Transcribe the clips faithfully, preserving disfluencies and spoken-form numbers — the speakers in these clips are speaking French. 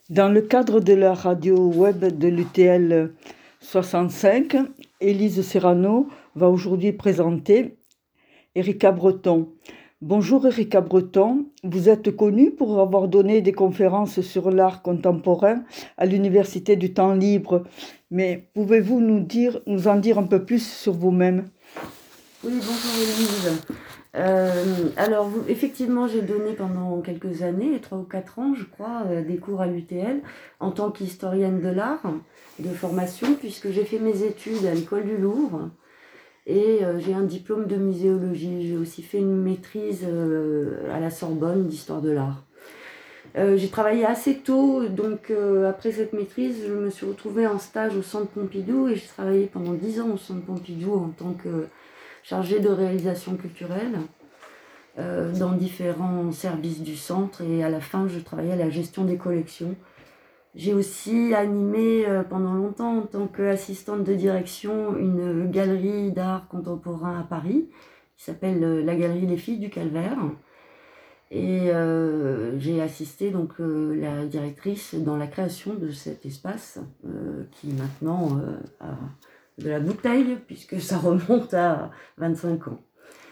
Dans le cadre de la radio web de l'U T L soixante-cinq, Élise Serrano va aujourd'hui présenter Erika Breton. Bonjour Erika Breton, vous êtes connue pour avoir donné des conférences sur l'art contemporain à l'Université du Temps Libre, mais pouvez-vous nous dire, nous en dire un peu plus sur vous-même ? Oui, bonjour Élise. Euh, alors, vous- effectivement, j'ai donné pendant quelques années, trois ou quatre ans, je crois, euh, des cours à l'U T L en tant qu'historienne de l'art de formation, puisque j'ai fait mes études à l'école du Louvre et euh, j'ai un diplôme de muséologie. J'ai aussi fait une maîtrise euh, à la Sorbonne d'histoire de l'art. Euh, j'ai travaillé assez tôt, donc euh, après cette maîtrise, je me suis retrouvée en stage au Centre Pompidou et j'ai travaillé pendant dix ans au Centre Pompidou en tant que chargée de réalisation culturelle euh, dans différents services du centre, et à la fin je travaillais à la gestion des collections. J'ai aussi animé euh, pendant longtemps en tant qu'assistante de direction une galerie d'art contemporain à Paris qui s'appelle euh, la galerie Les Filles du Calvaire, et euh, j'ai assisté donc euh, la directrice dans la création de cet espace euh, qui maintenant euh, a de la bouteille puisque ça remonte à vingt-cinq ans.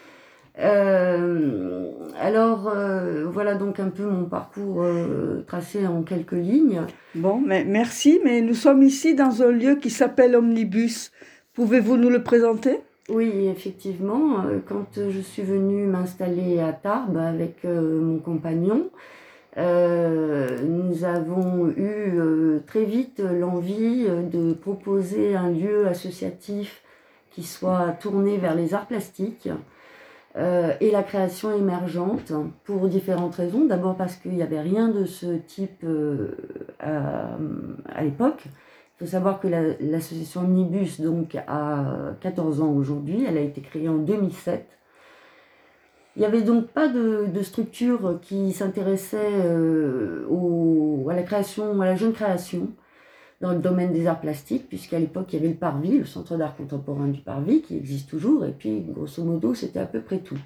Euh, alors euh, voilà donc un peu mon parcours euh, tracé en quelques lignes. Bon, mais merci, mais nous sommes ici dans un lieu qui s'appelle Omnibus. Pouvez-vous nous le présenter ? Oui, effectivement, euh, quand je suis venue m'installer à Tarbes avec euh, mon compagnon, euh, nous avons eu euh, très vite l'envie euh, de proposer un lieu associatif qui soit tourné vers les arts plastiques. Euh, et la création émergente pour différentes raisons. D'abord parce qu'il n'y avait rien de ce type euh, à, à l'époque. Il faut savoir que la, l'association Omnibus donc, a quatorze ans aujourd'hui, elle a été créée en deux mille sept. Il n'y avait donc pas de, de structure qui s'intéressait euh, au, à la création, à la jeune création dans le domaine des arts plastiques, puisqu'à l'époque il y avait le Parvis, le Centre d'art contemporain du Parvis, qui existe toujours, et puis grosso modo c'était à peu près tout.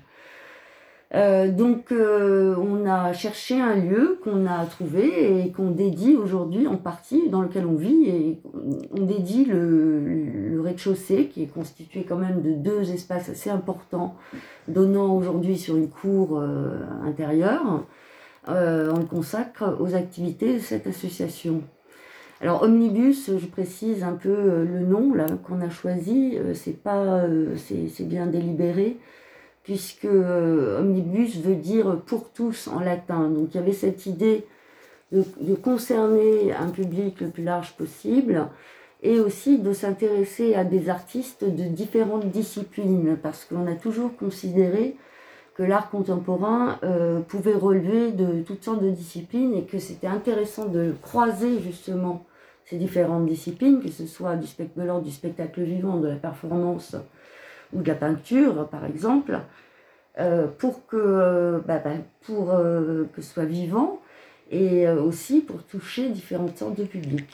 Euh, donc euh, on a cherché un lieu qu'on a trouvé et qu'on dédie aujourd'hui en partie, dans lequel on vit, et on dédie le, le rez-de-chaussée qui est constitué quand même de deux espaces assez importants donnant aujourd'hui sur une cour euh, intérieure. Euh, on le consacre aux activités de cette association. Alors Omnibus, je précise un peu euh, le nom là qu'on a choisi, euh, c'est pas, euh, c'est, c'est bien délibéré, puisque euh, omnibus veut dire pour tous en latin. Donc il y avait cette idée de, de concerner un public le plus large possible et aussi de s'intéresser à des artistes de différentes disciplines, parce qu'on a toujours considéré que l'art contemporain euh, pouvait relever de toutes sortes de disciplines et que c'était intéressant de croiser justement ces différentes disciplines, que ce soit du spectacle, de l'ordre du spectacle vivant, de la performance ou de la peinture par exemple, euh, pour que, euh, bah, bah, pour, euh, que ce soit vivant et euh, aussi pour toucher différentes sortes de publics.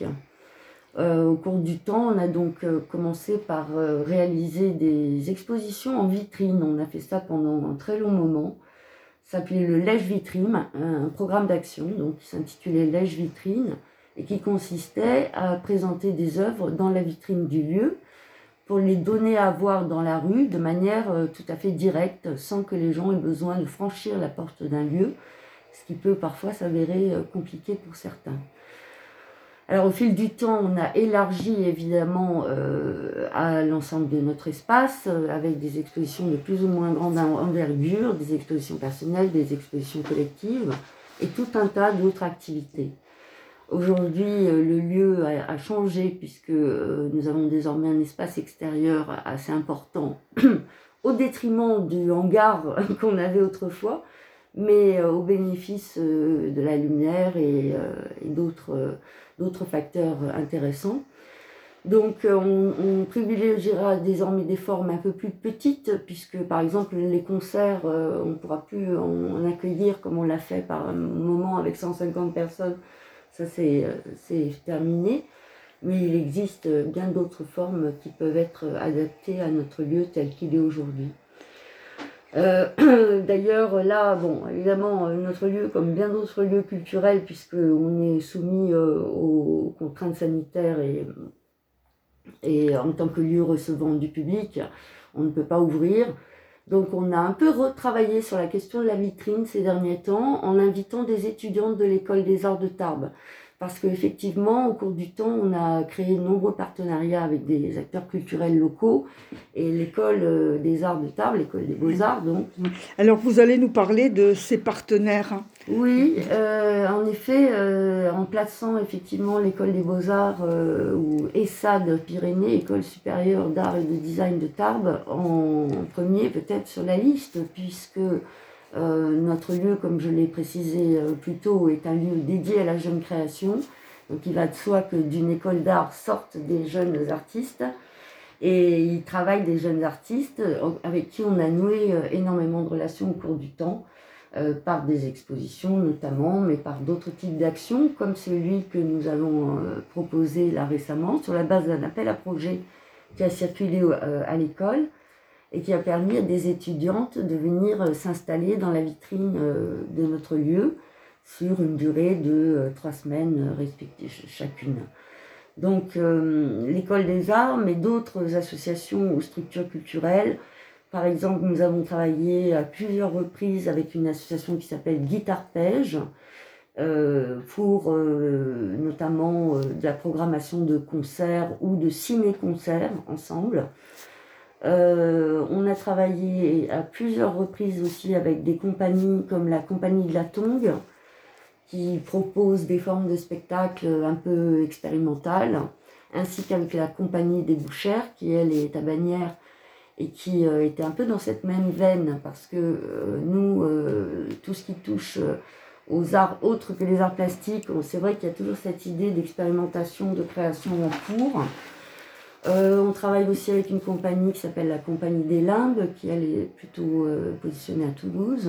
Euh, au cours du temps, on a donc euh, commencé par euh, réaliser des expositions en vitrine. On a fait ça pendant un très long moment. Ça s'appelait le Lèche-Vitrine, un programme d'action donc, qui s'intitulait Lèche-Vitrine et qui consistait à présenter des œuvres dans la vitrine du lieu pour les donner à voir dans la rue de manière euh, tout à fait directe, sans que les gens aient besoin de franchir la porte d'un lieu, ce qui peut parfois s'avérer euh, compliqué pour certains. Alors au fil du temps, on a élargi évidemment euh, à l'ensemble de notre espace, euh, avec des expositions de plus ou moins grande envergure, des expositions personnelles, des expositions collectives, et tout un tas d'autres activités. Aujourd'hui, euh, le lieu a, a changé puisque euh, nous avons désormais un espace extérieur assez important, au détriment du hangar qu'on avait autrefois, mais euh, au bénéfice euh, de la lumière et, euh, et d'autres, euh, d'autres facteurs intéressants. Donc euh, on, on privilégiera désormais des formes un peu plus petites, puisque par exemple les concerts, euh, on ne pourra plus en, en accueillir comme on l'a fait par un moment avec cent cinquante personnes. Ça, c'est, c'est terminé, mais il existe bien d'autres formes qui peuvent être adaptées à notre lieu tel qu'il est aujourd'hui. Euh, D'ailleurs, là, bon, évidemment, notre lieu, comme bien d'autres lieux culturels, puisqu'on est soumis euh, aux contraintes sanitaires et, et en tant que lieu recevant du public, on ne peut pas ouvrir. Donc on a un peu retravaillé sur la question de la vitrine ces derniers temps en invitant des étudiantes de l'école des arts de Tarbes. Parce qu'effectivement, au cours du temps, on a créé de nombreux partenariats avec des acteurs culturels locaux et l'école des arts de Tarbes, l'école des beaux-arts donc. Alors vous allez nous parler de ces partenaires. Oui, euh, en effet, euh, en plaçant effectivement l'école des beaux-arts euh, ou ESSAD Pyrénées, École supérieure d'art et de design de Tarbes, en premier peut-être sur la liste, puisque euh, notre lieu, comme je l'ai précisé euh, plus tôt, est un lieu dédié à la jeune création. Donc il va de soi que d'une école d'art sortent des jeunes artistes et ils travaillent des jeunes artistes avec qui on a noué euh, énormément de relations au cours du temps. Euh, par des expositions notamment, mais par d'autres types d'actions, comme celui que nous avons euh, proposé là récemment, sur la base d'un appel à projet qui a circulé euh, à l'école et qui a permis à des étudiantes de venir euh, s'installer dans la vitrine euh, de notre lieu sur une durée de euh, trois semaines respectives chacune. Donc euh, l'école des arts, mais d'autres associations ou structures culturelles. Par exemple, nous avons travaillé à plusieurs reprises avec une association qui s'appelle Guitarpège euh, pour euh, notamment euh, de la programmation de concerts ou de ciné-concerts ensemble. Euh, on a travaillé à plusieurs reprises aussi avec des compagnies comme la compagnie de la Tongue qui propose des formes de spectacles un peu expérimentales, ainsi qu'avec la compagnie des Bouchères qui elle est à Bagnères et qui euh, était un peu dans cette même veine, parce que euh, nous, euh, tout ce qui touche euh, aux arts autres que les arts plastiques, c'est vrai qu'il y a toujours cette idée d'expérimentation, de création en cours. Euh, on travaille aussi avec une compagnie qui s'appelle la Compagnie des Limbes, qui elle est plutôt euh, positionnée à Toulouse.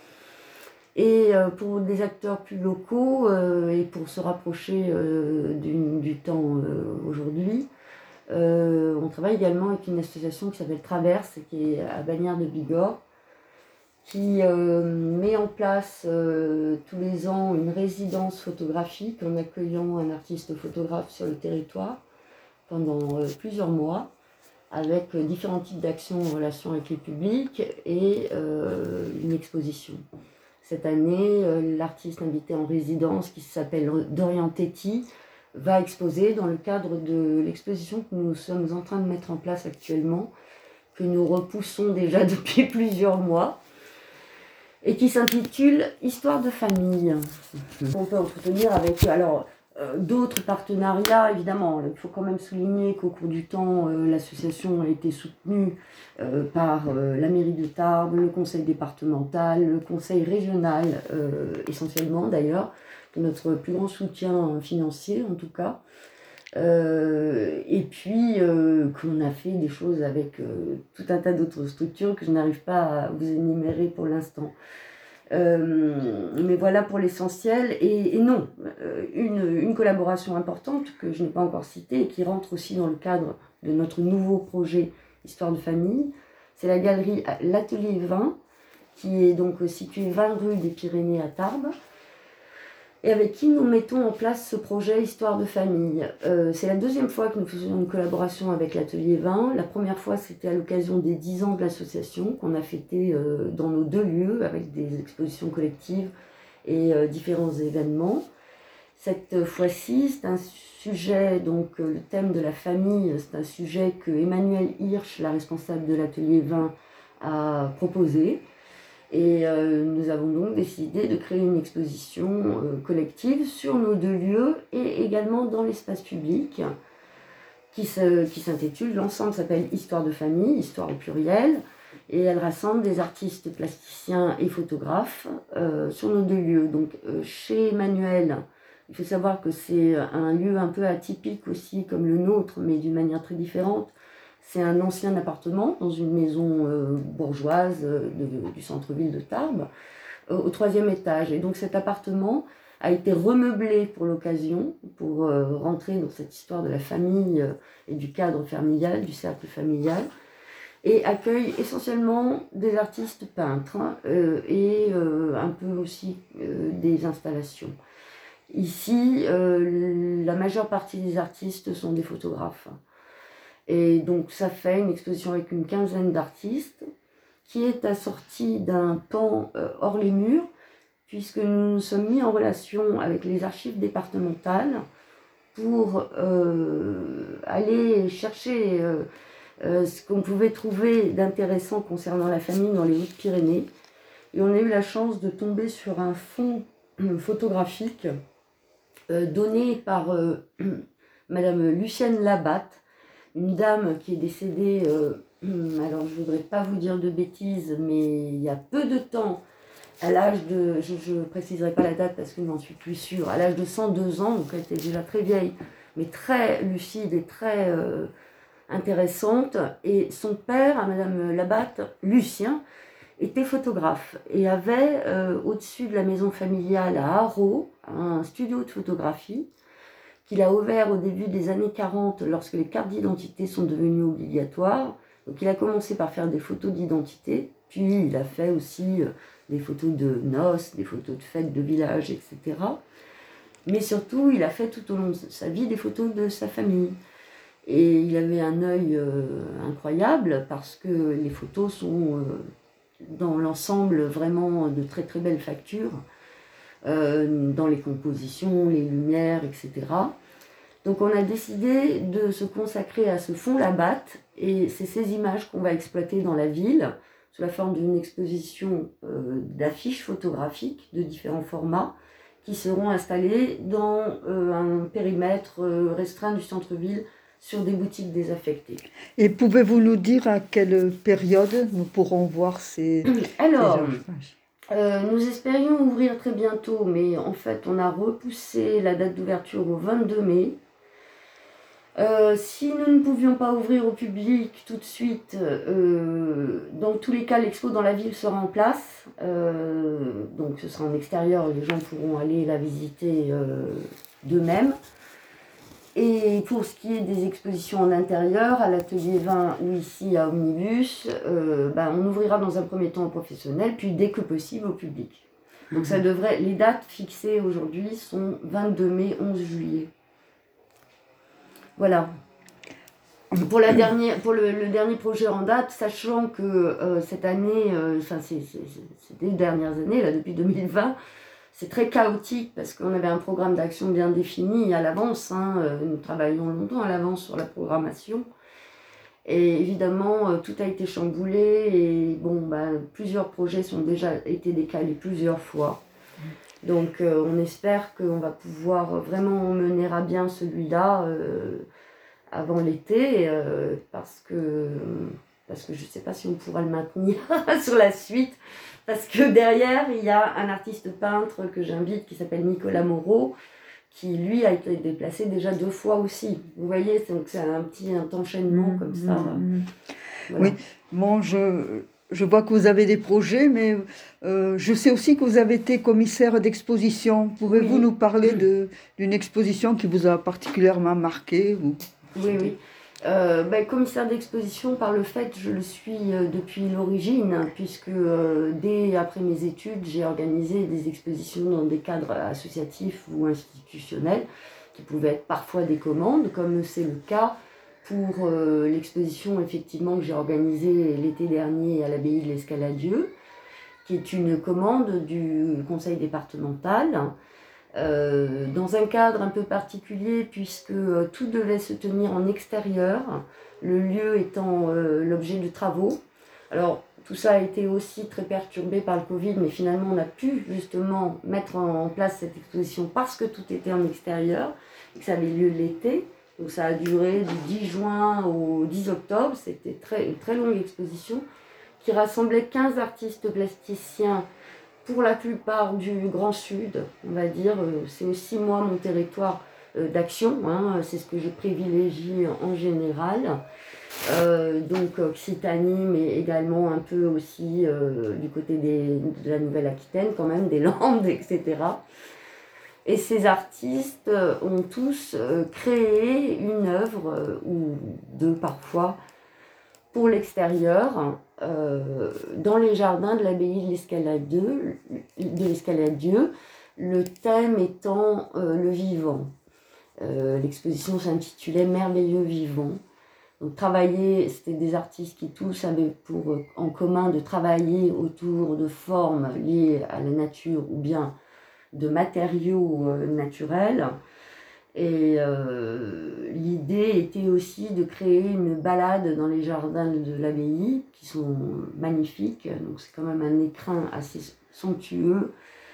Et euh, pour des acteurs plus locaux, euh, et pour se rapprocher euh, du, du temps euh, aujourd'hui, Euh, on travaille également avec une association qui s'appelle Traverse, qui est à Bagnères de Bigorre, qui euh, met en place euh, tous les ans une résidence photographique en accueillant un artiste photographe sur le territoire pendant euh, plusieurs mois, avec euh, différents types d'actions en relation avec le public et euh, une exposition. Cette année, euh, l'artiste invité en résidence, qui s'appelle Dorian Tetti, va exposer dans le cadre de l'exposition que nous sommes en train de mettre en place actuellement, que nous repoussons déjà depuis plusieurs mois, et qui s'intitule « Histoire de famille ». On peut entretenir avec alors, euh, d'autres partenariats, évidemment. Il faut quand même souligner qu'au cours du temps, euh, l'association a été soutenue euh, par euh, la mairie de Tarbes, le conseil départemental, le conseil régional, euh, essentiellement d'ailleurs, notre plus grand soutien financier en tout cas, euh, et puis euh, qu'on a fait des choses avec euh, tout un tas d'autres structures que je n'arrive pas à vous énumérer pour l'instant. Euh, mais voilà pour l'essentiel, et, et non, euh, une, une collaboration importante que je n'ai pas encore citée et qui rentre aussi dans le cadre de notre nouveau projet Histoire de famille, c'est la galerie L'Atelier vingt, qui est donc située vingt rue des Pyrénées à Tarbes, et avec qui nous mettons en place ce projet Histoire de famille. Euh, c'est la deuxième fois que nous faisons une collaboration avec l'Atelier vingt. La première fois, c'était à l'occasion des dix ans de l'association, qu'on a fêté euh, dans nos deux lieux, avec des expositions collectives et euh, différents événements. Cette fois-ci, c'est un sujet, donc euh, le thème de la famille, c'est un sujet que Emmanuelle Hirsch, la responsable de l'Atelier vingt, a proposé. Et euh, nous avons donc décidé de créer une exposition euh, collective sur nos deux lieux et également dans l'espace public qui, se, qui s'intitule, l'ensemble s'appelle Histoire de famille, histoire au pluriel, et elle rassemble des artistes plasticiens et photographes euh, sur nos deux lieux. Donc euh, chez Emmanuelle, il faut savoir que c'est un lieu un peu atypique aussi comme le nôtre, mais d'une manière très différente. C'est un ancien appartement dans une maison euh, bourgeoise euh, de, du centre-ville de Tarbes, euh, au troisième étage. Et donc cet appartement a été remeublé pour l'occasion, pour euh, rentrer dans cette histoire de la famille euh, et du cadre familial, du cercle familial. et accueille essentiellement des artistes peintres euh, et euh, un peu aussi euh, des installations. Ici, euh, la majeure partie des artistes sont des photographes. Et donc ça fait une exposition avec une quinzaine d'artistes qui est assortie d'un pan euh, hors les murs, puisque nous nous sommes mis en relation avec les archives départementales pour euh, aller chercher euh, euh, ce qu'on pouvait trouver d'intéressant concernant la famille dans les Hautes-Pyrénées. Et on a eu la chance de tomber sur un fonds photographique euh, donné par euh, Madame Lucienne Labatte, une dame qui est décédée, euh, alors je ne voudrais pas vous dire de bêtises, mais il y a peu de temps, à l'âge de, je ne préciserai pas la date parce que je n'en suis plus sûre, à l'âge de cent deux ans, donc elle était déjà très vieille, mais très lucide et très euh, intéressante. Et son père, à Madame Labatte, Lucien, était photographe et avait euh, au-dessus de la maison familiale à Haro un studio de photographie qu'il a ouvert au début des années quarante lorsque les cartes d'identité sont devenues obligatoires. Donc il a commencé par faire des photos d'identité, puis il a fait aussi des photos de noces, des photos de fêtes de village, et cetera. Mais surtout, il a fait tout au long de sa vie des photos de sa famille. Et il avait un œil euh, incroyable parce que les photos sont euh, dans l'ensemble vraiment de très très belles factures, euh, dans les compositions, les lumières, et cetera. Donc on a décidé de se consacrer à ce fonds Labatte et c'est ces images qu'on va exploiter dans la ville sous la forme d'une exposition euh, d'affiches photographiques de différents formats qui seront installées dans euh, un périmètre euh, restreint du centre-ville sur des boutiques désaffectées. Et pouvez-vous nous dire à quelle période nous pourrons voir ces, Alors, ces images ? Euh, nous espérions ouvrir très bientôt, mais en fait, on a repoussé la date d'ouverture au vingt-deux mai. Euh, si nous ne pouvions pas ouvrir au public tout de suite, euh, dans tous les cas, l'expo dans la ville sera en place. Euh, donc, ce sera en extérieur, les gens pourront aller la visiter euh, d'eux-mêmes. Et pour ce qui est des expositions en intérieur, à l'atelier vingt ou ici à Omnibus, euh, ben, on ouvrira dans un premier temps aux professionnels, puis dès que possible au public. Donc ça devrait, les dates fixées aujourd'hui sont vingt-deux mai, onze juillet. Voilà. Pour, la dernière, pour le, le dernier projet en date, sachant que euh, cette année, euh, enfin c'est, c'est, c'est des dernières années, là depuis deux mille vingt, c'est très chaotique parce qu'on avait un programme d'action bien défini à l'avance. Hein, nous travaillons longtemps à l'avance sur la programmation. Et évidemment, euh, tout a été chamboulé et bon, bah, plusieurs projets ont déjà été décalés plusieurs fois. Donc euh, on espère qu'on va pouvoir vraiment mener à bien celui-là euh, avant l'été euh, parce que, parce que je ne sais pas si on pourra le maintenir sur la suite. Parce que derrière, il y a un artiste peintre que j'invite qui s'appelle Nicolas Moreau, qui lui a été déplacé déjà deux fois aussi. Vous voyez, donc c'est un petit un enchaînement mmh, comme ça. Mmh. Voilà. Oui, bon, je, je vois que vous avez des projets, mais euh, je sais aussi que vous avez été commissaire d'exposition. Pouvez-vous oui. nous parler de, d'une exposition qui vous a particulièrement marqué ou... Oui, oui. Euh, ben, commissaire d'exposition, par le fait, je le suis euh, depuis l'origine, puisque euh, dès après mes études, j'ai organisé des expositions dans des cadres associatifs ou institutionnels, qui pouvaient être parfois des commandes, comme c'est le cas pour euh, l'exposition effectivement que j'ai organisée l'été dernier à l'abbaye de l'Escaladieu, qui est une commande du conseil départemental. Euh, dans un cadre un peu particulier puisque euh, tout devait se tenir en extérieur, le lieu étant euh, l'objet de travaux. Alors tout ça a été aussi très perturbé par le Covid, mais finalement on a pu justement mettre en, en place cette exposition parce que tout était en extérieur et que ça avait lieu l'été. Donc ça a duré du dix juin au dix octobre, c'était très, une très longue exposition qui rassemblait quinze artistes plasticiens pour la plupart du Grand Sud, on va dire. C'est aussi moi mon territoire d'action, hein, c'est ce que je privilégie en général. Euh, donc Occitanie, mais également un peu aussi euh, du côté des, de la Nouvelle-Aquitaine, quand même, des Landes, et cetera. Et ces artistes ont tous créé une œuvre, ou deux parfois, pour l'extérieur, euh, dans les jardins de l'abbaye de l'Escaladieu, de l'Escaladieu, le thème étant euh, le vivant. Euh, l'exposition s'intitulait Merveilleux vivant. Donc travailler, c'était des artistes qui tous avaient pour euh, en commun de travailler autour de formes liées à la nature ou bien de matériaux euh, naturels. Et euh, l'idée était aussi de créer une balade dans les jardins de l'abbaye, qui sont magnifiques, donc c'est quand même un écrin assez somptueux,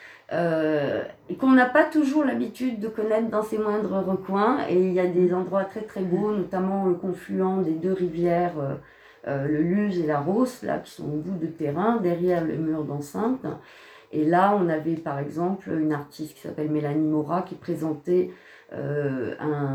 euh, et qu'on n'a pas toujours l'habitude de connaître dans ses moindres recoins. Et il y a des endroits très très beaux, notamment le confluent des deux rivières, euh, euh, le Luz et la Rousse, là, qui sont au bout de terrain, derrière le mur d'enceinte. Et là, on avait par exemple une artiste qui s'appelle Mélanie Mora qui présentait euh, un,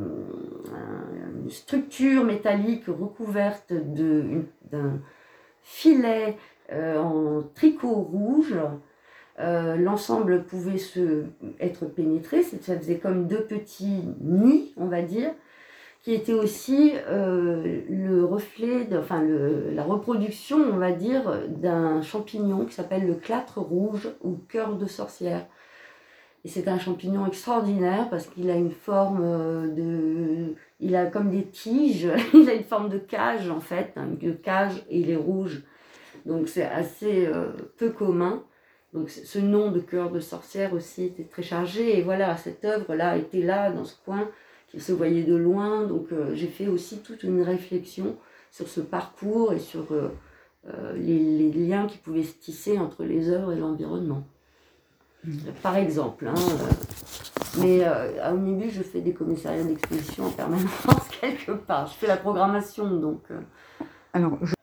un, une structure métallique recouverte d'un filet euh, en tricot rouge. Euh, L'ensemble pouvait se, être pénétré, ça faisait comme deux petits nids, on va dire, qui était aussi euh, le reflet, de, enfin le, la reproduction, on va dire, d'un champignon qui s'appelle le clatre rouge ou cœur de sorcière. Et c'est un champignon extraordinaire parce qu'il a une forme de... Il a comme des tiges, il a une forme de cage en fait, hein, de cage, et il est rouge. Donc c'est assez euh, peu commun. Donc ce nom de cœur de sorcière aussi était très chargé. Et voilà, cette œuvre-là était là, dans ce coin, qui se voyait de loin. Donc euh, j'ai fait aussi toute une réflexion sur ce parcours et sur euh, euh, les, les liens qui pouvaient se tisser entre les œuvres et l'environnement. Mmh. Par exemple. Hein, euh, mais euh, à Omnibus, je fais des commissariats d'exposition en permanence quelque part. Je fais la programmation, donc... Euh... Alors, je...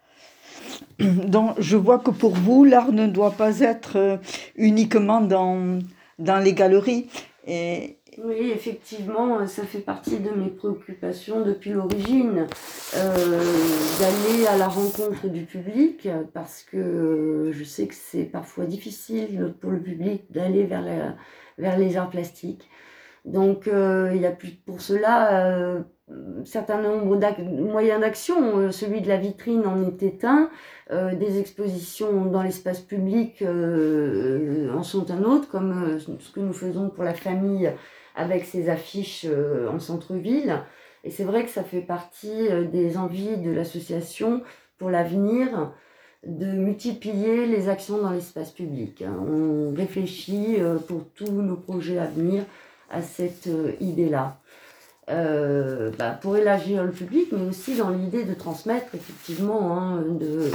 Donc, je vois que pour vous, l'art ne doit pas être uniquement dans, dans les galeries. Et... Oui, effectivement, ça fait partie de mes préoccupations depuis l'origine, euh, d'aller à la rencontre du public, parce que je sais que c'est parfois difficile pour le public d'aller vers, la, vers les arts plastiques. Donc, euh, il y a plus, pour cela euh, un certain nombre de moyens d'action. Celui de la vitrine en était un, euh, des expositions dans l'espace public euh, en sont un autre, comme euh, ce que nous faisons pour la famille avec ces affiches euh, en centre-ville. Et c'est vrai que ça fait partie euh, des envies de l'association pour l'avenir, de multiplier les actions dans l'espace public. On réfléchit euh, pour tous nos projets à venir à cette euh, idée-là. Euh, bah, pour élargir le public, mais aussi dans l'idée de transmettre, effectivement, hein, de,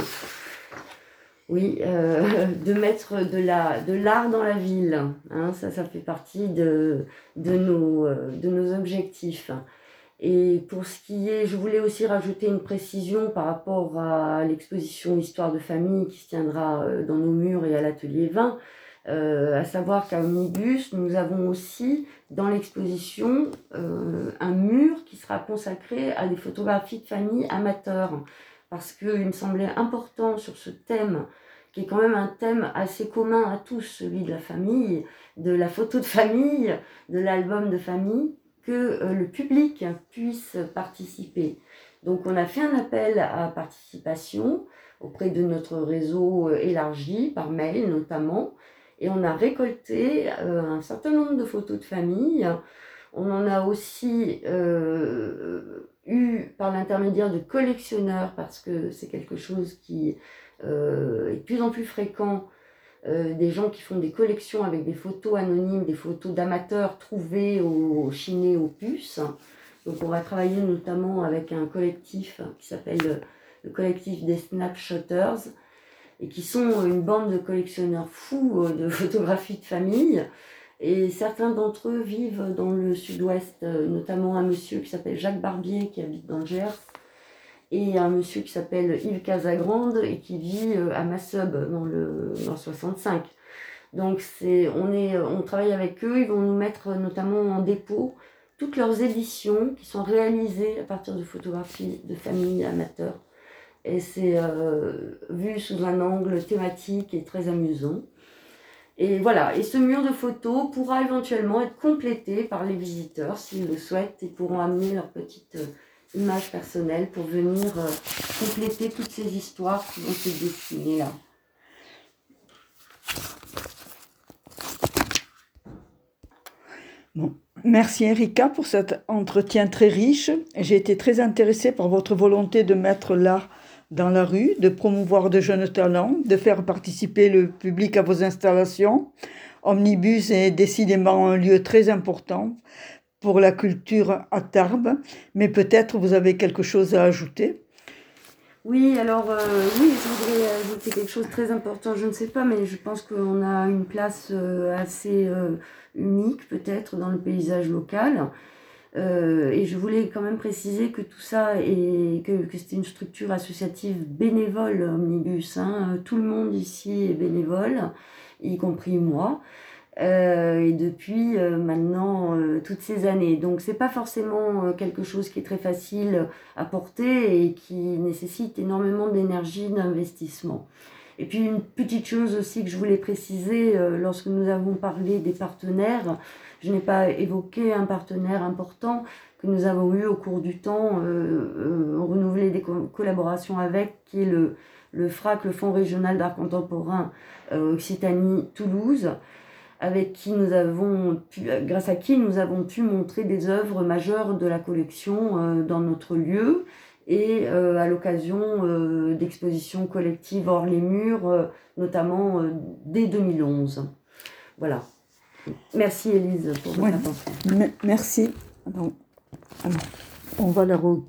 oui, euh, de mettre de la, de l'art dans la ville. Hein, ça, ça fait partie de, de, nos, euh, de nos objectifs. Et pour ce qui est, je voulais aussi rajouter une précision par rapport à l'exposition Histoire de famille qui se tiendra dans nos murs et à l'atelier vingt. Euh, à savoir qu'à Omnibus, nous avons aussi dans l'exposition euh, un mur qui sera consacré à des photographies de famille amateurs, parce qu'il me semblait important sur ce thème, qui est quand même un thème assez commun à tous, celui de la famille, de la photo de famille, de l'album de famille, que euh, le public puisse participer. Donc on a fait un appel à participation auprès de notre réseau euh, élargi, par mail notamment, et on a récolté euh, un certain nombre de photos de famille. On en a aussi euh, eu par l'intermédiaire de collectionneurs, parce que c'est quelque chose qui euh, est de plus en plus fréquent, euh, des gens qui font des collections avec des photos anonymes, des photos d'amateurs trouvées au chiné aux puces. Donc on va travailler notamment avec un collectif qui s'appelle le collectif des Snapshotters, et qui sont une bande de collectionneurs fous de photographies de famille. Et certains d'entre eux vivent dans le sud-ouest, notamment un monsieur qui s'appelle Jacques Barbier, qui habite dans le Gers, et un monsieur qui s'appelle Yves Casagrande, et qui vit à Masseub, dans le dans soixante-cinq. Donc c'est, on, est, on travaille avec eux, ils vont nous mettre notamment en dépôt toutes leurs éditions qui sont réalisées à partir de photographies de famille amateurs. Et c'est euh, vu sous un angle thématique et très amusant. Et voilà, et ce mur de photos pourra éventuellement être complété par les visiteurs s'ils le souhaitent et pourront amener leur petite image personnelle pour venir euh, compléter toutes ces histoires qui vont se dessiner là. Bon. Merci Erika pour cet entretien très riche. J'ai été très intéressée par votre volonté de mettre l'art dans la rue, de promouvoir de jeunes talents, de faire participer le public à vos installations. Omnibus est décidément un lieu très important pour la culture à Tarbes, mais peut-être vous avez quelque chose à ajouter. Oui, alors euh, oui, je voudrais ajouter quelque chose de très important, je ne sais pas, mais je pense qu'on a une place euh, assez euh, unique peut-être dans le paysage local. Euh, et je voulais quand même préciser que tout ça, est, que, que c'était une structure associative bénévole, Omnibus. Hein. Tout le monde ici est bénévole, y compris moi. Euh, et depuis euh, maintenant euh, toutes ces années. Donc c'est pas forcément euh, quelque chose qui est très facile à porter et qui nécessite énormément d'énergie, d'investissement. Et puis une petite chose aussi que je voulais préciser, euh, lorsque nous avons parlé des partenaires, je n'ai pas évoqué un partenaire important que nous avons eu au cours du temps, euh, euh, renouvelé des co- collaborations avec, qui est le, le FRAC, le Fonds régional d'art contemporain euh, Occitanie-Toulouse, avec qui nous avons pu, grâce à qui nous avons pu montrer des œuvres majeures de la collection euh, dans notre lieu et euh, à l'occasion euh, d'expositions collectives hors les murs, euh, notamment euh, dès deux mille onze. Voilà. Merci Élise pour votre Ouais. attention. M- merci. Alors, alors, on va la re-